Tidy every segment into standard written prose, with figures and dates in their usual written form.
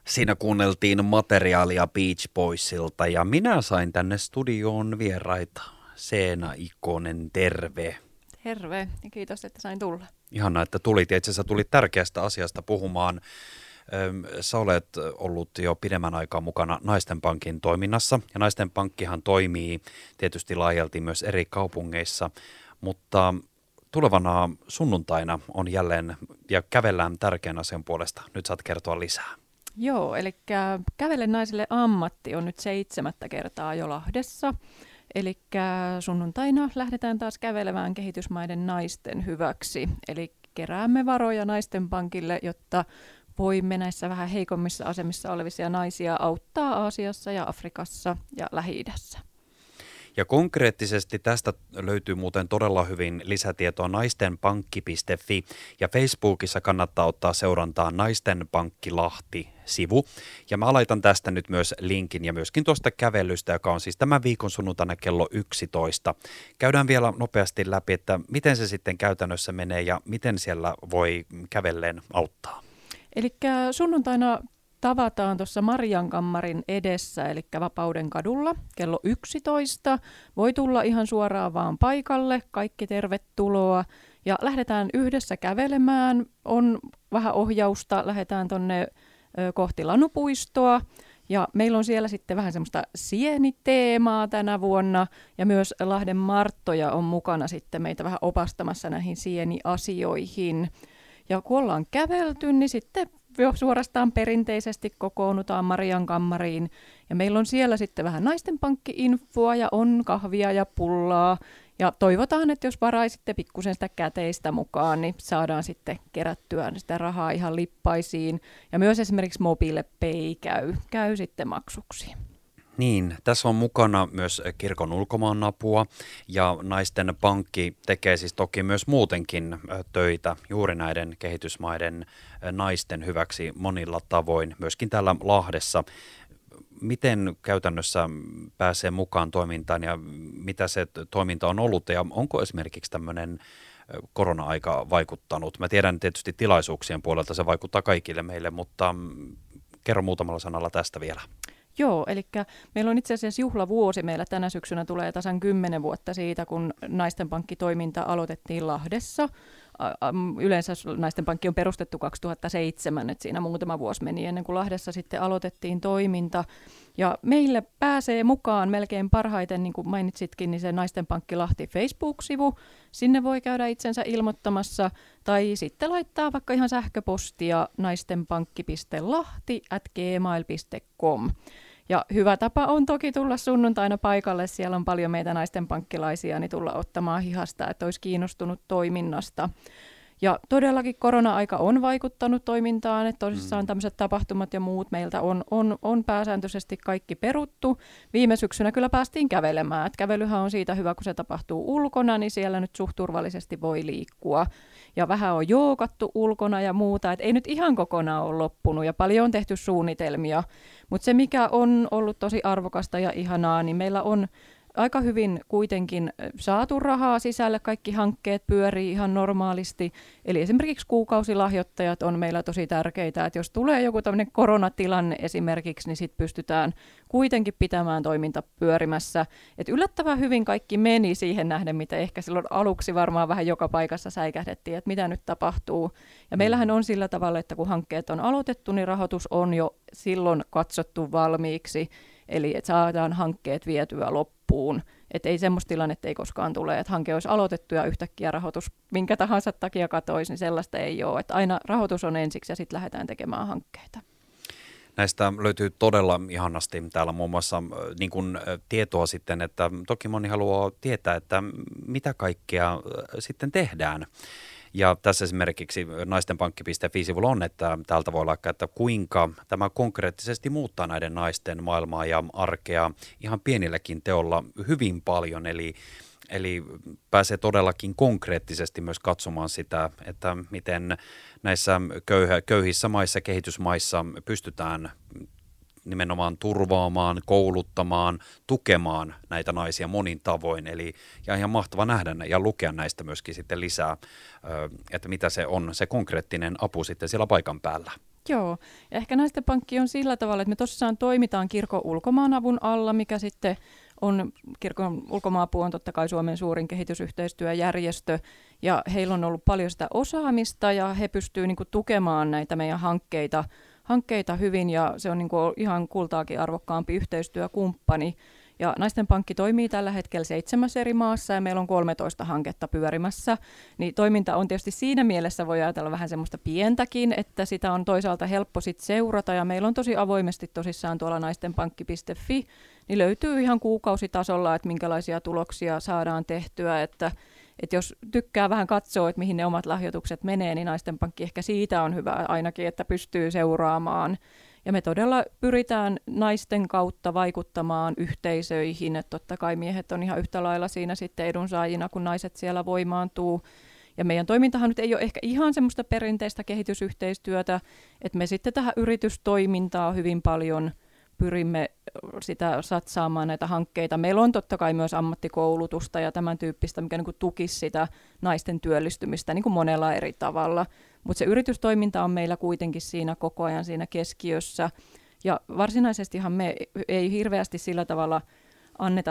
Siinä kuunneltiin materiaalia Beach Boysilta ja minä sain tänne studioon vieraita. Seena Ikonen, terve. Terve ja kiitos, että sain tulla. Ihanaa, että tulit. Ja itse asiassa tulit tärkeästä asiasta puhumaan. Sä olet ollut jo pidemmän aikaa mukana Naisten Pankin toiminnassa. Ja Naisten Pankkihan toimii tietysti laajalti myös eri kaupungeissa, mutta tulevana sunnuntaina on jälleen ja kävellään tärkeän asian puolesta. Nyt saat kertoa lisää. Joo, eli Kävele naisille ammatti on nyt 7. kertaa jo Lahdessa. Eli sunnuntaina lähdetään taas kävelemään kehitysmaiden naisten hyväksi. Eli keräämme varoja Naisten Pankille, jotta voimme näissä vähän heikommissa asemissa olevia naisia auttaa Aasiassa ja Afrikassa ja Lähi-idässä. Ja konkreettisesti tästä löytyy muuten todella hyvin lisätietoa naistenpankki.fi ja Facebookissa kannattaa ottaa seurantaa Naisten Pankki Lahti-sivu. Ja mä laitan tästä nyt myös linkin ja myöskin tuosta kävelystä, joka on siis tämän viikon sunnuntaina kello 11. Käydään vielä nopeasti läpi, että miten se sitten käytännössä menee ja miten siellä voi kävelleen auttaa. Eli sunnuntaina tavataan tuossa Mariankammarin edessä, eli Vapauden kadulla, kello 11. Voi tulla ihan suoraan vaan paikalle, kaikki tervetuloa. Ja lähdetään yhdessä kävelemään, on vähän ohjausta, lähdetään tuonne kohti Lanupuistoa. Ja meillä on siellä sitten vähän semmoista sieniteemaa tänä vuonna, ja myös Lahden Marttoja on mukana sitten meitä vähän opastamassa näihin sieniasioihin. Ja kun ollaan kävelty, niin sitten jo suorastaan perinteisesti kokoonnutaan Mariankammariin. Ja meillä on siellä sitten vähän Naisten Pankki-infoa ja on kahvia ja pullaa. Ja toivotaan, että jos varaisitte pikkusen sitä käteistä mukaan, niin saadaan sitten kerättyä sitä rahaa ihan lippaisiin. Ja myös esimerkiksi MobilePay käy sitten maksuksi. Niin, tässä on mukana myös kirkon ulkomaanapua ja Naisten Pankki tekee siis toki myös muutenkin töitä juuri näiden kehitysmaiden naisten hyväksi monilla tavoin, myöskin täällä Lahdessa. Miten käytännössä pääsee mukaan toimintaan ja mitä se toiminta on ollut ja onko esimerkiksi tämmöinen korona-aika vaikuttanut? Mä tiedän tietysti tilaisuuksien puolelta se vaikuttaa kaikille meille, mutta kerro muutamalla sanalla tästä vielä. Joo, eli meillä on itse asiassa juhlavuosi. Meillä tänä syksynä tulee tasan 10 vuotta siitä, kun Naisten Pankki-toiminta aloitettiin Lahdessa. Yleensä Naisten Pankki on perustettu 2007, että siinä muutama vuosi meni ennen kuin Lahdessa sitten aloitettiin toiminta. Ja meille pääsee mukaan melkein parhaiten, niin kuin mainitsitkin, niin se Naisten Pankki Lahti Facebook-sivu. Sinne voi käydä itsensä ilmoittamassa tai sitten laittaa vaikka ihan sähköpostia naistenpankki.lahti@gmail.com. Ja hyvä tapa on toki tulla sunnuntaina paikalle. Siellä on paljon meitä naistenpankkilaisia, niin tulla ottamaan hihasta, että olisi kiinnostunut toiminnasta. Ja todellakin korona-aika on vaikuttanut toimintaan, että tosissaan tämmöiset tapahtumat ja muut meiltä on pääsääntöisesti kaikki peruttu. Viime syksynä kyllä päästiin kävelemään. Että kävelyhän on siitä hyvä, kun se tapahtuu ulkona, niin siellä nyt suht turvallisesti voi liikkua. Ja vähän on jookattu ulkona ja muuta, että ei nyt ihan kokonaan ole loppunut ja paljon on tehty suunnitelmia. Mutta se, mikä on ollut tosi arvokasta ja ihanaa, niin meillä on aika hyvin kuitenkin saatu rahaa sisälle, kaikki hankkeet pyörii ihan normaalisti. Eli esimerkiksi kuukausilahjoittajat on meillä tosi tärkeitä, että jos tulee joku tämmöinen koronatilanne esimerkiksi, niin sitten pystytään kuitenkin pitämään toiminta pyörimässä. Et yllättävän hyvin kaikki meni siihen nähden, mitä ehkä silloin aluksi varmaan vähän joka paikassa säikähdettiin, että mitä nyt tapahtuu. Ja meillähän on sillä tavalla, että kun hankkeet on aloitettu, niin rahoitus on jo silloin katsottu valmiiksi. Eli että saadaan hankkeet vietyä loppuun. Että ei semmoista tilannetta ei koskaan tule, että hanke olisi aloitettu ja yhtäkkiä rahoitus minkä tahansa takia katoisi, niin sellaista ei ole. Että aina rahoitus on ensiksi ja sitten lähdetään tekemään hankkeita. Näistä löytyy todella ihanasti täällä muun muassa niin kuin tietoa sitten, että toki moni haluaa tietää, että mitä kaikkea sitten tehdään. Ja tässä esimerkiksi naistenpankki.fi-sivulla on, että täältä voi olla, että kuinka tämä konkreettisesti muuttaa näiden naisten maailmaa ja arkea ihan pienilläkin teolla hyvin paljon. Eli pääsee todellakin konkreettisesti myös katsomaan sitä, että miten näissä köyhissä maissa, kehitysmaissa pystytään nimenomaan turvaamaan, kouluttamaan, tukemaan näitä naisia monin tavoin. Eli ja ihan mahtava nähdä ja lukea näistä myöskin sitten lisää, että mitä se on se konkreettinen apu sitten siellä paikan päällä. Joo, ja ehkä Naisten Pankki on sillä tavalla, että me tosiaan toimitaan kirkon ulkomaanavun alla, mikä sitten on, kirkon ulkomaapu on totta kai Suomen suurin kehitysyhteistyöjärjestö, ja heillä on ollut paljon sitä osaamista, ja he pystyvät niin kuin tukemaan näitä meidän hankkeita hyvin, ja se on niin kuin ihan kultaakin arvokkaampi yhteistyökumppani. Ja Naisten Pankki toimii tällä hetkellä 7 eri maassa ja meillä on 13 hanketta pyörimässä. Niin toiminta on tietysti siinä mielessä, voi ajatella vähän semmoista pientäkin, että sitä on toisaalta helppo sit seurata. Ja meillä on tosi avoimesti tosissaan tuolla naistenpankki.fi, niin löytyy ihan kuukausitasolla, että minkälaisia tuloksia saadaan tehtyä. Että jos tykkää vähän katsoa, että mihin ne omat lahjoitukset menee, niin Naisten Pankki ehkä siitä on hyvä ainakin, että pystyy seuraamaan. Ja me todella pyritään naisten kautta vaikuttamaan yhteisöihin, että totta kai miehet on ihan yhtä lailla siinä sitten edunsaajina, kun naiset siellä voimaantuu. Ja meidän toimintahan nyt ei ole ehkä ihan semmoista perinteistä kehitysyhteistyötä, että me sitten tähän yritystoimintaa hyvin paljon pyrimme sitä satsaamaan näitä hankkeita. Meillä on totta kai myös ammattikoulutusta ja tämän tyyppistä, mikä niin kuin tukisi sitä naisten työllistymistä niin kuin monella eri tavalla. Mutta se yritystoiminta on meillä kuitenkin siinä koko ajan siinä keskiössä. Ja varsinaisestihan me ei hirveästi sillä tavalla anneta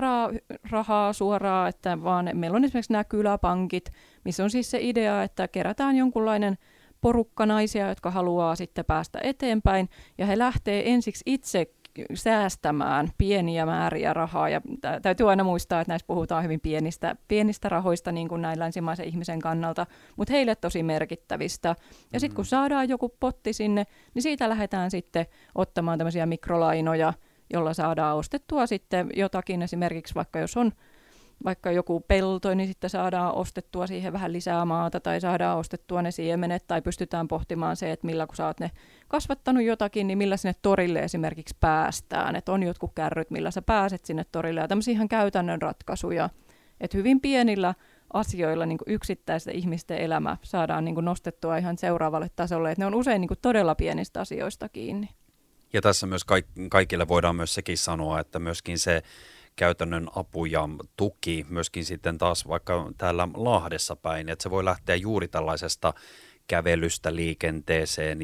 rahaa suoraan, että vaan meillä on esimerkiksi nämä kyläpankit, missä on siis se idea, että kerätään jonkunlainen porukka naisia, jotka haluaa sitten päästä eteenpäin, ja he lähtee ensiksi itse säästämään pieniä määriä rahaa, ja täytyy aina muistaa, että näissä puhutaan hyvin pienistä rahoista niin kuin näin länsimaisen ihmisen kannalta, mutta heille tosi merkittävistä. Ja sitten kun saadaan joku potti sinne, niin siitä lähdetään sitten ottamaan tämmöisiä mikrolainoja, jolla saadaan ostettua sitten jotakin, esimerkiksi vaikka jos on vaikka joku pelto, niin sitten saadaan ostettua siihen vähän lisää maata tai saadaan ostettua ne siemenet tai pystytään pohtimaan se, että millä kun sä oot ne kasvattanut jotakin, niin millä sinne torille esimerkiksi päästään. Että on jotkut kärryt, millä sä pääset sinne torille ja tämmöisiä ihan käytännön ratkaisuja. Että hyvin pienillä asioilla niin kuin yksittäisten ihmisten elämä saadaan niin kuin nostettua ihan seuraavalle tasolle. Että ne on usein niin kuin todella pienistä asioista kiinni. Ja tässä myös kaikille voidaan myös sekin sanoa, että myöskin se käytännön apu ja tuki myöskin sitten taas vaikka täällä Lahdessa päin, että se voi lähteä juuri tällaisesta kävelystä liikenteeseen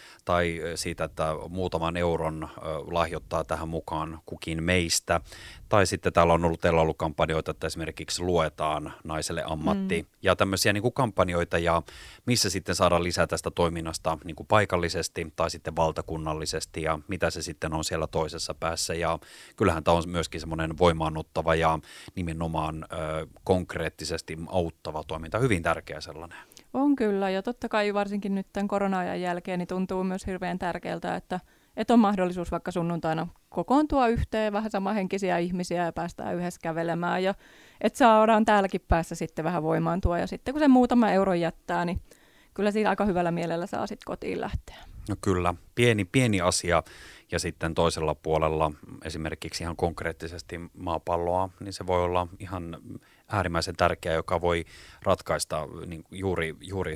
tai siitä, että muutaman euron lahjoittaa tähän mukaan kukin meistä. Tai sitten täällä on ollut kampanjoita, että esimerkiksi luetaan naiselle ammatti ja tämmöisiä niin kuin kampanjoita, ja missä sitten saadaan lisää tästä toiminnasta niin kuin paikallisesti tai sitten valtakunnallisesti ja mitä se sitten on siellä toisessa päässä. Ja kyllähän tämä on myöskin semmoinen voimaannuttava ja nimenomaan konkreettisesti auttava toiminta, hyvin tärkeä sellainen. On kyllä, ja totta kai varsinkin nyt tämän korona-ajan jälkeen niin tuntuu myös hirveän tärkeältä, että on mahdollisuus vaikka sunnuntaina kokoontua yhteen vähän samanhenkisiä ihmisiä ja päästään yhdessä kävelemään, ja että saadaan täälläkin päässä sitten vähän voimaantua, ja sitten kun se muutama euro jättää, niin kyllä siinä aika hyvällä mielellä saa sitten kotiin lähteä. No kyllä, pieni asia, ja sitten toisella puolella esimerkiksi ihan konkreettisesti maapalloa, niin se voi olla ihan äärimmäisen tärkeä, joka voi ratkaista niin juuri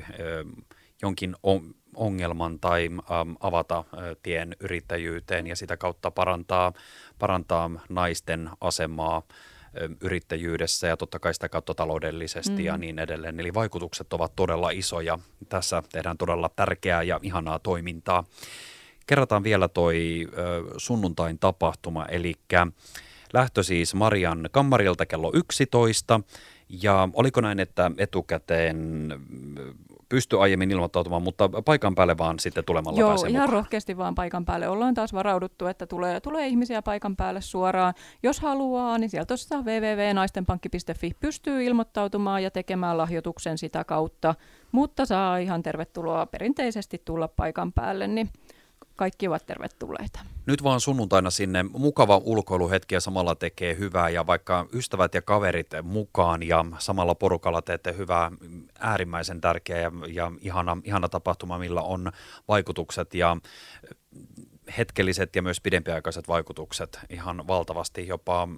jonkin ongelman tai avata tien yrittäjyyteen ja sitä kautta parantaa naisten asemaa yrittäjyydessä ja totta kai sitä kautta taloudellisesti ja niin edelleen. Eli vaikutukset ovat todella isoja. Tässä tehdään todella tärkeää ja ihanaa toimintaa. Kerrataan vielä toi sunnuntain tapahtuma, eli lähtö siis Marian kammarilta kello 11, ja oliko näin, että etukäteen pystyi aiemmin ilmoittautumaan, mutta paikan päälle vaan sitten tulemalla pääsee mukaan? Joo, ihan rohkeasti vaan paikan päälle. Ollaan taas varauduttu, että tulee ihmisiä paikan päälle suoraan. Jos haluaa, niin sieltä tuossa www.naistenpankki.fi pystyy ilmoittautumaan ja tekemään lahjoituksen sitä kautta, mutta saa ihan tervetuloa perinteisesti tulla paikan päälle, niin kaikki ovat tervetulleita. Nyt vaan sunnuntaina sinne mukava ulkoiluhetki ja samalla tekee hyvää, ja vaikka ystävät ja kaverit mukaan ja samalla porukalla teette hyvää, äärimmäisen tärkeä ja ihana tapahtuma, millä on vaikutukset ja hetkelliset ja myös pidempiaikaiset vaikutukset ihan valtavasti, jopa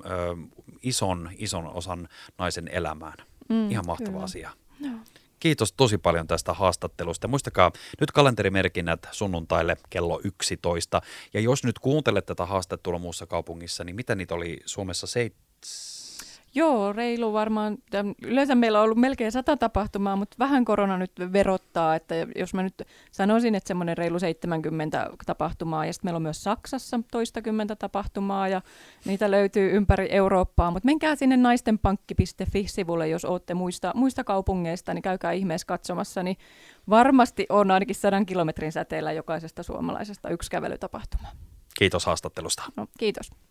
ison osan naisen elämään. Ihan mahtava kyllä. Asia. No. Kiitos tosi paljon tästä haastattelusta. Muistakaa nyt kalenterimerkinnät sunnuntaille kello 11. Ja jos nyt kuuntelet tätä haastattelua muussa kaupungissa, niin mitä niitä oli Suomessa Joo, reilu varmaan. Yleensä meillä on ollut melkein 100 tapahtumaa, mutta vähän korona nyt verottaa, että jos mä nyt sanoisin, että semmoinen reilu 70 tapahtumaa, ja sitten meillä on myös Saksassa toistakymmentä tapahtumaa, ja niitä löytyy ympäri Eurooppaa, mutta menkää sinne naistenpankki.fi-sivulle, jos olette muista kaupungeista, niin käykää ihmeessä katsomassa, niin varmasti on ainakin 100 kilometrin säteellä jokaisesta suomalaisesta yksi kävelytapahtuma. Kiitos haastattelusta. No, kiitos.